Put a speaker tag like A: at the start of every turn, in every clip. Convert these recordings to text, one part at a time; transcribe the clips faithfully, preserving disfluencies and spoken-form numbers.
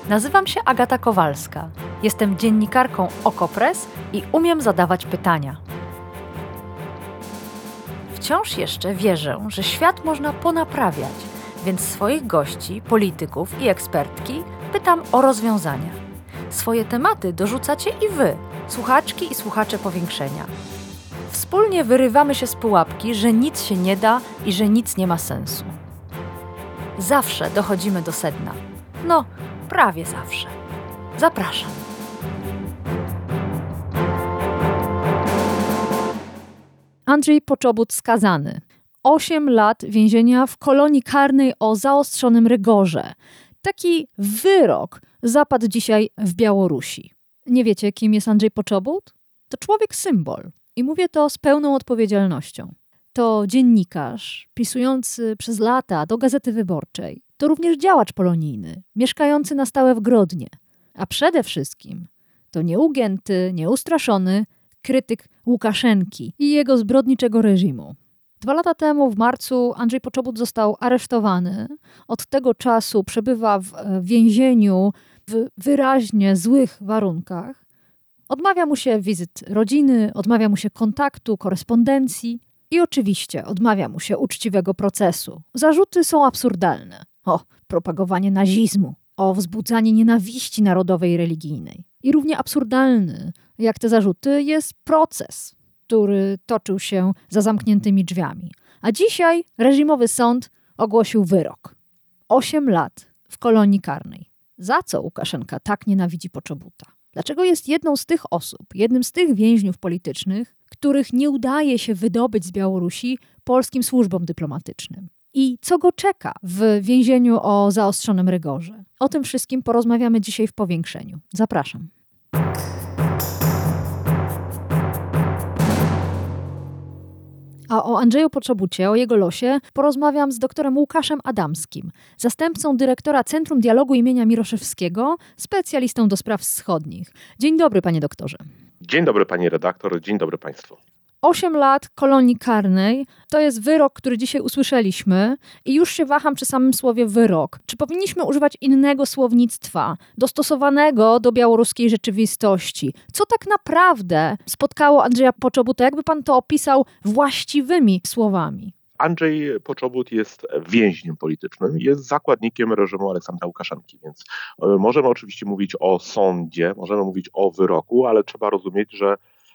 A: Nazywam się Agata Kowalska. Jestem dziennikarką Okopres i umiem zadawać pytania. Wciąż jeszcze wierzę, że świat można ponaprawiać, więc swoich gości, polityków i ekspertki pytam o rozwiązania. Swoje tematy dorzucacie i wy, słuchaczki i słuchacze Powiększenia. Wspólnie wyrywamy się z pułapki, że nic się nie da i że nic nie ma sensu. Zawsze dochodzimy do sedna. No, prawie zawsze. Zapraszam. Andrzej Poczobut skazany. Osiem lat więzienia w kolonii karnej o zaostrzonym rygorze. Taki wyrok zapadł dzisiaj w Białorusi. Nie wiecie, kim jest Andrzej Poczobut? To człowiek symbol. I mówię to z pełną odpowiedzialnością. To dziennikarz pisujący przez lata do Gazety Wyborczej. To również działacz polonijny, mieszkający na stałe w Grodnie. A przede wszystkim to nieugięty, nieustraszony krytyk Łukaszenki i jego zbrodniczego reżimu. Dwa lata temu, w marcu, Andrzej Poczobut został aresztowany. Od tego czasu przebywa w więzieniu w wyraźnie złych warunkach. Odmawia mu się wizyt rodziny, odmawia mu się kontaktu, korespondencji i oczywiście odmawia mu się uczciwego procesu. Zarzuty są absurdalne. O propagowanie nazizmu, o wzbudzanie nienawiści narodowej i religijnej. I równie absurdalny jak te zarzuty jest proces, który toczył się za zamkniętymi drzwiami. A dzisiaj reżimowy sąd ogłosił wyrok. Osiem lat w kolonii karnej. Za co Łukaszenka tak nienawidzi Poczobuta? Dlaczego jest jedną z tych osób, jednym z tych więźniów politycznych, których nie udaje się wydobyć z Białorusi polskim służbom dyplomatycznym? I co go czeka w więzieniu o zaostrzonym rygorze? O tym wszystkim porozmawiamy dzisiaj w Powiększeniu. Zapraszam. A o Andrzeju Poczobucie, o jego losie porozmawiam z doktorem Łukaszem Adamskim, zastępcą dyrektora Centrum Dialogu imienia Miroszewskiego, specjalistą do spraw wschodnich. Dzień dobry, panie doktorze.
B: Dzień dobry, pani redaktor, dzień dobry państwu.
A: Osiem lat kolonii karnej to jest wyrok, który dzisiaj usłyszeliśmy i już się waham przy samym słowie wyrok. Czy powinniśmy używać innego słownictwa, dostosowanego do białoruskiej rzeczywistości? Co tak naprawdę spotkało Andrzeja Poczobuta? Jakby pan to opisał właściwymi słowami?
B: Andrzej Poczobut jest więźniem politycznym, jest zakładnikiem reżimu Aleksandra Łukaszenki, więc możemy oczywiście mówić o sądzie, możemy mówić o wyroku, ale trzeba rozumieć, że,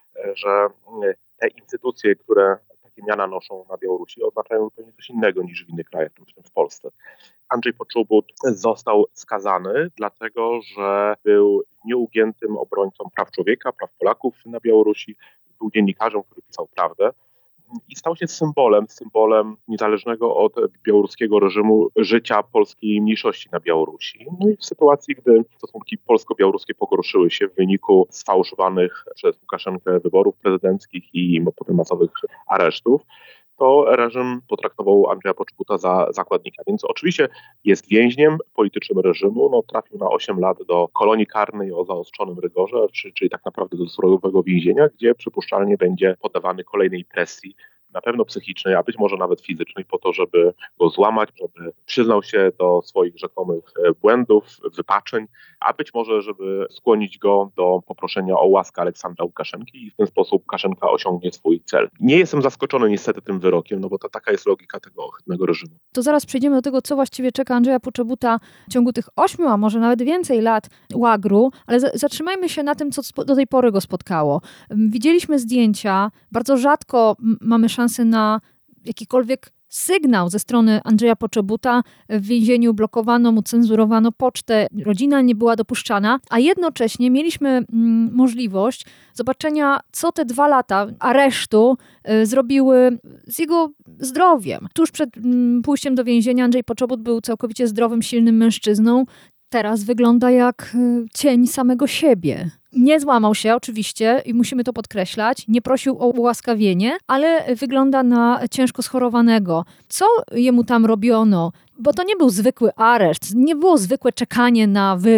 B: że te instytucje, które takie miana noszą na Białorusi, oznaczają zupełnie coś innego niż w innych krajach, w tym w Polsce. Andrzej Poczobut został skazany, dlatego że był nieugiętym obrońcą praw człowieka, praw Polaków na Białorusi, był dziennikarzem, który pisał prawdę i stał się symbolem, symbolem niezależnego od białoruskiego reżimu życia polskiej mniejszości na Białorusi. No i w sytuacji, gdy stosunki polsko-białoruskie pogorszyły się w wyniku sfałszowanych przez Łukaszenkę wyborów prezydenckich i potem masowych aresztów, to reżim potraktował Andrzeja Poczobuta za zakładnika. Więc oczywiście jest więźniem politycznym reżimu, no, trafił na osiem lat do kolonii karnej o zaostrzonym rygorze, czyli, czyli tak naprawdę do surowego więzienia, gdzie przypuszczalnie będzie poddawany kolejnej presji, na pewno psychicznej, a być może nawet fizycznej, po to, żeby go złamać, żeby przyznał się do swoich rzekomych błędów, wypaczeń, a być może, żeby skłonić go do poproszenia o łaskę Aleksandra Łukaszenki i w ten sposób Łukaszenka osiągnie swój cel. Nie jestem zaskoczony niestety tym wyrokiem, no bo to taka jest logika tego ohydnego reżimu.
A: To zaraz przejdziemy do tego, co właściwie czeka Andrzeja Poczobuta w ciągu tych ośmiu, a może nawet więcej lat łagru, ale z- zatrzymajmy się na tym, co spo- do tej pory go spotkało. Widzieliśmy zdjęcia, bardzo rzadko m- mamy szansę na jakikolwiek sygnał ze strony Andrzeja Poczobuta. W więzieniu blokowano mu, cenzurowano pocztę, rodzina nie była dopuszczana, a jednocześnie mieliśmy mm, możliwość zobaczenia, co te dwa lata aresztu y, zrobiły z jego zdrowiem. Tuż przed mm, pójściem do więzienia Andrzej Poczobut był całkowicie zdrowym, silnym mężczyzną. Teraz wygląda jak y, cień samego siebie. Nie złamał się oczywiście i musimy to podkreślać, nie prosił o ułaskawienie, ale wygląda na ciężko schorowanego. Co jemu tam robiono? Bo to nie był zwykły areszt, nie było zwykłe czekanie na wyrok.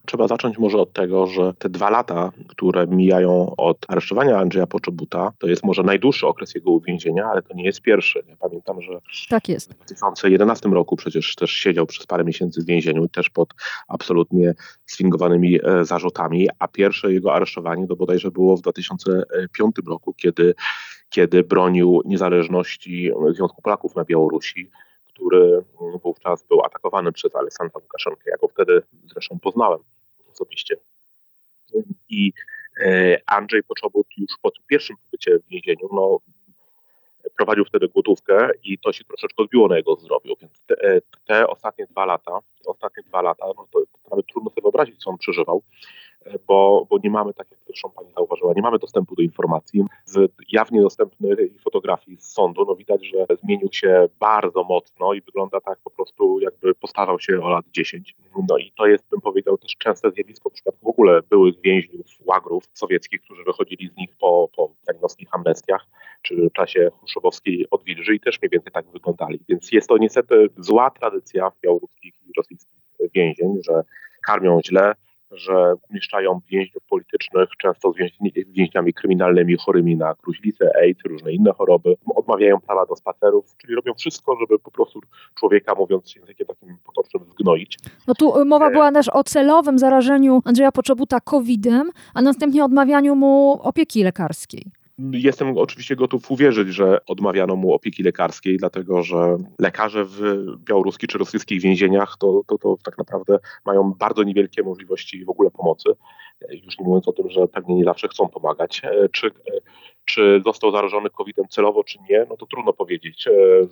B: Trzeba zacząć może od tego, że te dwa lata, które mijają od aresztowania Andrzeja Poczobuta, to jest może najdłuższy okres jego uwięzienia, ale to nie jest pierwszy. Ja pamiętam, że
A: Tak jest.
B: w dwa tysiące jedenastym roku przecież też siedział przez parę miesięcy w więzieniu, też pod absolutnie sfingowanymi e, zarzutami, a pierwsze jego aresztowanie to bodajże było w dwa tysiące piątym roku, kiedy, kiedy bronił niezależności Związku Polaków na Białorusi, który wówczas był atakowany przez Aleksandra Łukaszenkę. Ja go wtedy zresztą poznałem osobiście. I e, Andrzej Poczobut już po tym pierwszym pobycie w więzieniu, no, prowadził wtedy głodówkę i to się troszeczkę odbiło na jego zdrowiu, więc te, te ostatnie dwa lata, ostatnie dwa lata, no to, to nawet trudno sobie wyobrazić, co on przeżywał, bo, bo nie mamy, tak jak zresztą pani zauważyła, nie mamy dostępu do informacji. Z jawnie dostępnej fotografii z sądu, no widać, że zmienił się bardzo mocno i wygląda tak po prostu, jakby postarzał się o lat dziesięć. No i to jest, bym powiedział, też częste zjawisko w przypadku w ogóle byłych więźniów, łagrów sowieckich, którzy wychodzili z nich po, po stalinowskich amnestiach, czy w czasie chruszczowskiej odwilży i też mniej więcej tak wyglądali. Więc jest to niestety zła tradycja białoruskich i rosyjskich więzień, że karmią źle, że umieszczają więźniów politycznych, często z więźniami kryminalnymi chorymi na gruźlicę, AIDS, różne inne choroby, odmawiają prawa do spacerów, czyli robią wszystko, żeby po prostu człowieka, mówiąc językiem takim potocznym, zgnoić.
A: No tu mowa była też o celowym zarażeniu Andrzeja Poczobuta kowidem, a następnie odmawianiu mu opieki lekarskiej.
B: Jestem oczywiście gotów uwierzyć, że odmawiano mu opieki lekarskiej, dlatego że lekarze w białoruskich czy rosyjskich więzieniach to, to, to tak naprawdę mają bardzo niewielkie możliwości w ogóle pomocy. Już nie mówiąc o tym, że pewnie nie zawsze chcą pomagać. Czy, czy został zarażony kowidem celowo, czy nie, no to trudno powiedzieć.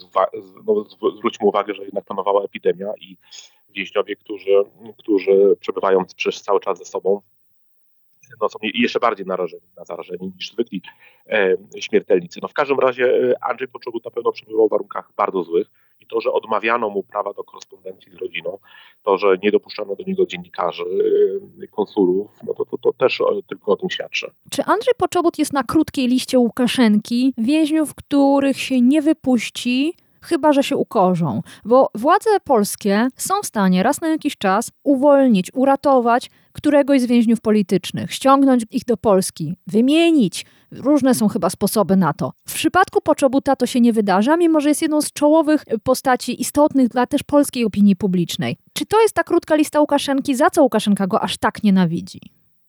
B: No, zwróćmy uwagę, że jednak panowała epidemia i więźniowie, którzy, którzy przebywając przez cały czas ze sobą, no, są jeszcze bardziej narażeni na zarażenie niż zwykli e, śmiertelnicy. No, w każdym razie Andrzej Poczobut na pewno przebywał w warunkach bardzo złych i to, że odmawiano mu prawa do korespondencji z rodziną, to, że nie dopuszczano do niego dziennikarzy, e, konsulów, no to, to, to też o, tylko o tym świadczy.
A: Czy Andrzej Poczobut jest na krótkiej liście Łukaszenki, więźniów, których się nie wypuści, chyba że się ukorzą? Bo władze polskie są w stanie raz na jakiś czas uwolnić, uratować któregoś z więźniów politycznych, ściągnąć ich do Polski, wymienić. Różne są chyba sposoby na to. W przypadku Poczobuta to się nie wydarza, mimo że jest jedną z czołowych postaci istotnych dla też polskiej opinii publicznej. Czy to jest ta krótka lista Łukaszenki? Za co Łukaszenka go aż tak nienawidzi?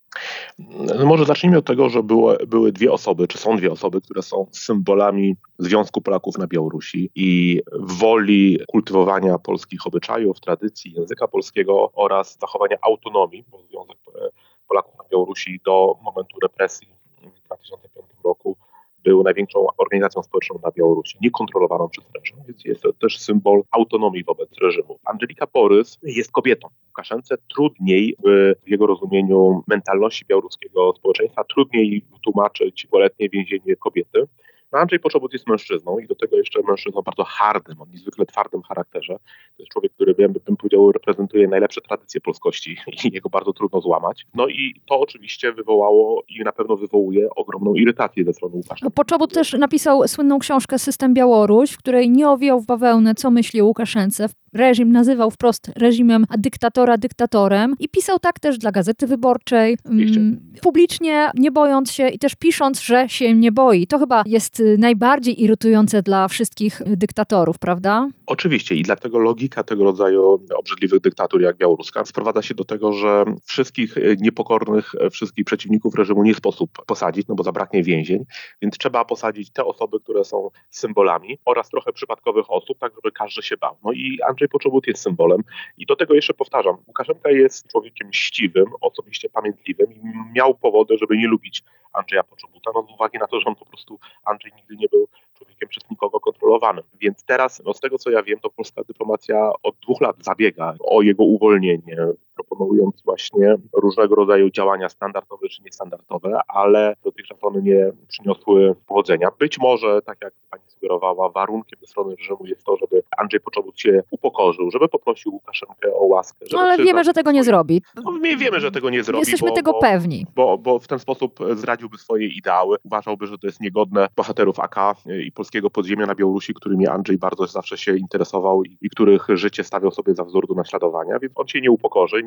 B: No może zacznijmy od tego, że były, były dwie osoby, czy są dwie osoby, które są symbolami Związku Polaków na Białorusi i woli kultywowania polskich obyczajów, tradycji, języka polskiego oraz zachowania autonomii, bo Związek Polaków na Białorusi do momentu represji w dwa tysiące piątym roku był największą organizacją społeczną na Białorusi, niekontrolowaną przez reżim, więc jest to też symbol autonomii wobec reżimu. Angelika Borys jest kobietą. Łukaszence trudniej w jego rozumieniu mentalności białoruskiego społeczeństwa, trudniej tłumaczyć dwuletnie więzienie kobiety. No Andrzej Poczobut jest mężczyzną i do tego jeszcze mężczyzną bardzo hardym, o niezwykle twardym charakterze. To jest człowiek, który bym, bym powiedział reprezentuje najlepsze tradycje polskości i jego bardzo trudno złamać. No i to oczywiście wywołało i na pewno wywołuje ogromną irytację ze strony Łukaszenki.
A: Poczobut też napisał słynną książkę System Białoruś, w której nie owijał w bawełnę, co myśli o Łukaszence. Reżim nazywał wprost reżimem, a dyktatora dyktatorem i pisał tak też dla Gazety Wyborczej, mm, publicznie, nie bojąc się i też pisząc, że się nie boi. To chyba jest najbardziej irytujące dla wszystkich dyktatorów, prawda?
B: Oczywiście i dlatego logika tego rodzaju obrzydliwych dyktatur jak białoruska sprowadza się do tego, że wszystkich niepokornych, wszystkich przeciwników reżimu nie sposób posadzić, no bo zabraknie więzień, więc trzeba posadzić te osoby, które są symbolami oraz trochę przypadkowych osób, tak żeby każdy się bał. No i Andrzej Poczobut jest symbolem i do tego jeszcze powtarzam, Łukaszenka jest człowiekiem mściwym, osobiście pamiętliwym i miał powody, żeby nie lubić Andrzeja Poczobuta, no z uwagi na to, że on po prostu, Andrzej nigdy nie był człowiekiem przez nikogo kontrolowanym. Więc teraz, no z tego co ja wiem, to polska dyplomacja od dwóch lat zabiega o jego uwolnienie, proponując właśnie różnego rodzaju działania standardowe czy niestandardowe, ale dotychczas one nie przyniosły powodzenia. Być może, tak jak pani sugerowała, warunkiem ze strony reżimu jest to, żeby Andrzej Poczobut się upokorzył, żeby poprosił Łukaszenkę o łaskę.
A: No ale wiemy, że tego nie zrobi.
B: No, my wiemy, że tego nie zrobi.
A: Jesteśmy
B: bo,
A: tego
B: bo,
A: pewni.
B: Bo, bo w ten sposób zdradziłby swoje ideały. Uważałby, że to jest niegodne bohaterów A K i polskiego podziemia na Białorusi, którymi Andrzej bardzo zawsze się interesował i, i których życie stawiał sobie za wzór do naśladowania, więc on się nie upokorzy. Nie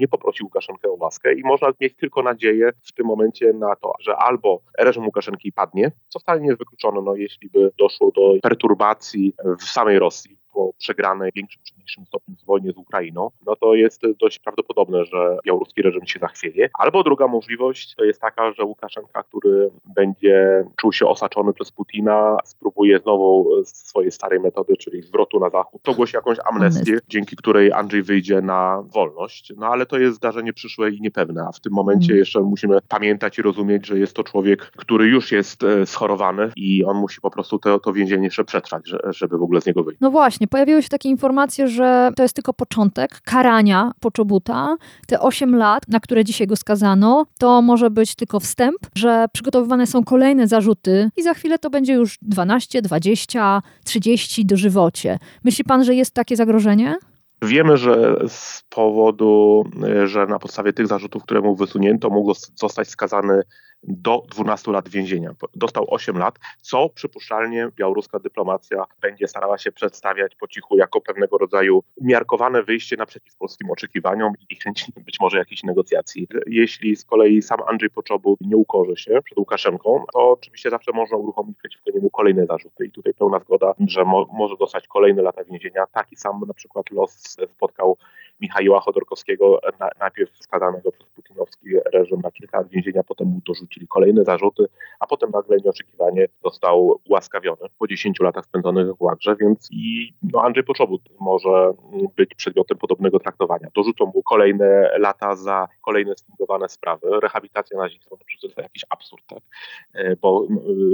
B: nie poprosi Łukaszenkę o łaskę i można mieć tylko nadzieję w tym momencie na to, że albo reżim Łukaszenki padnie, co wcale nie jest wykluczone, no jeśli by doszło do perturbacji w samej Rosji po przegranej w większym czy mniejszym stopniu w wojnie z Ukrainą, no to jest dość prawdopodobne, że białoruski reżim się zachwieje. Albo druga możliwość to jest taka, że Łukaszenka, który będzie czuł się osaczony przez Putina, spróbuje znowu swojej starej metody, czyli zwrotu na zachód, to głosi jakąś amnestię, dzięki której Andrzej wyjdzie na wolność. No ale to jest zdarzenie przyszłe i niepewne, a w tym momencie mm. jeszcze musimy pamiętać i rozumieć, że jest to człowiek, który już jest schorowany i on musi po prostu to, to więzienie jeszcze przetrwać, żeby w ogóle z niego wyjść.
A: No właśnie, pojawiły się takie informacje, że to jest tylko początek karania Poczobuta. Te osiem lat, na które dzisiaj go skazano, to może być tylko wstęp, że przygotowywane są kolejne zarzuty i za chwilę to będzie już dwanaście, dwadzieścia, trzydzieści dożywocie. Myśli pan, że jest takie zagrożenie?
B: Wiemy, że z powodu, że na podstawie tych zarzutów, które mu wysunięto, mógł zostać skazany do dwunastu lat więzienia. Dostał osiem lat, co przypuszczalnie białoruska dyplomacja będzie starała się przedstawiać po cichu jako pewnego rodzaju umiarkowane wyjście naprzeciw polskim oczekiwaniom i chęci być może jakichś negocjacji. Jeśli z kolei sam Andrzej Poczobut nie ukorzy się przed Łukaszenką, to oczywiście zawsze można uruchomić przeciwko niemu kolejne zarzuty i tutaj pełna zgoda, że mo- może dostać kolejne lata więzienia. Taki sam na przykład los spotkał Michała Chodorkowskiego, na, najpierw skazanego przez putinowski reżim na kilka lat więzienia, potem mu dorzucili kolejne zarzuty, a potem nagle nieoczekiwanie został ułaskawiony po dziesięciu latach spędzonych w łagrze, więc i no, Andrzej Poczobut może być przedmiotem podobnego traktowania. Dorzucą mu kolejne lata za kolejne sfingowane sprawy. Rehabilitacja nazistów to przecież jakiś absurd, tak? Bo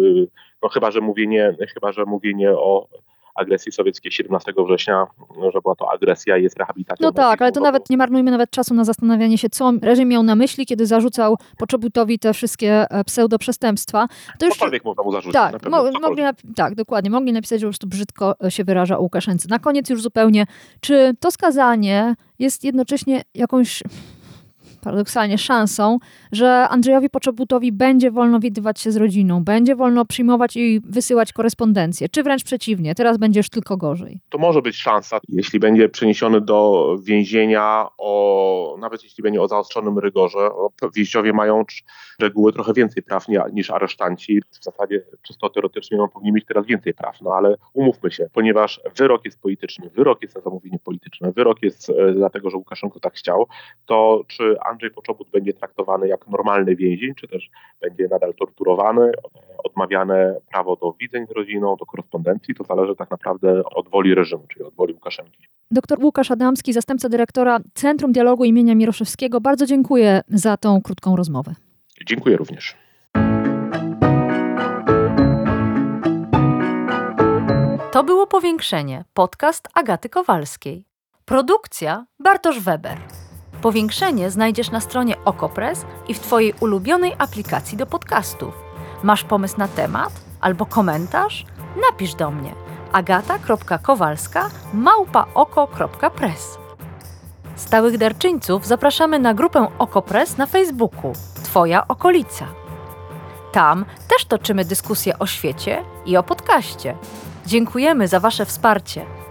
B: no, chyba, że mówienie, chyba, że mówienie o agresji sowieckiej siedemnastego września, że była to agresja i jest rehabilitacją.
A: No tak, ale to nawet nie marnujmy nawet czasu na zastanawianie się, co reżim miał na myśli, kiedy zarzucał Poczobutowi te wszystkie pseudoprzestępstwa. To już
B: cokolwiek można mu zarzucić.
A: Tak,
B: na pewno,
A: mo- mogli nap- tak, dokładnie. Mogli napisać, że po prostu brzydko się wyraża o Łukaszence. Na koniec już zupełnie, czy to skazanie jest jednocześnie jakąś paradoksalnie szansą, że Andrzejowi Poczobutowi będzie wolno widywać się z rodziną, będzie wolno przyjmować i wysyłać korespondencję, czy wręcz przeciwnie, teraz będzie już tylko gorzej.
B: To może być szansa, jeśli będzie przeniesiony do więzienia, o, nawet jeśli będzie o zaostrzonym rygorze. O, więźniowie mają reguły trochę więcej praw nie, niż aresztanci. W zasadzie czysto teoretycznie on powinien mieć teraz więcej praw, no ale umówmy się, ponieważ wyrok jest polityczny, wyrok jest na zamówienie polityczne, wyrok jest e, dlatego, że Łukaszenko tak chciał, to czy Andrzej Poczobut będzie traktowany jak normalny więzień, czy też będzie nadal torturowany, odmawiane prawo do widzeń z rodziną, do korespondencji, to zależy tak naprawdę od woli reżimu, czyli od woli Łukaszenki.
A: Doktor Łukasz Adamski, zastępca dyrektora Centrum Dialogu imienia Miroszewskiego, bardzo dziękuję za tą krótką rozmowę.
B: Dziękuję również.
C: To było Powiększenie, podcast Agaty Kowalskiej. Produkcja Bartosz Weber. Powiększenie znajdziesz na stronie Okopres i w Twojej ulubionej aplikacji do podcastów. Masz pomysł na temat albo komentarz? Napisz do mnie agata kropka kowalska małpa oko kropka press. Stałych darczyńców zapraszamy na grupę Okopres na Facebooku Twoja okolica. Tam też toczymy dyskusje o świecie i o podcaście. Dziękujemy za Wasze wsparcie.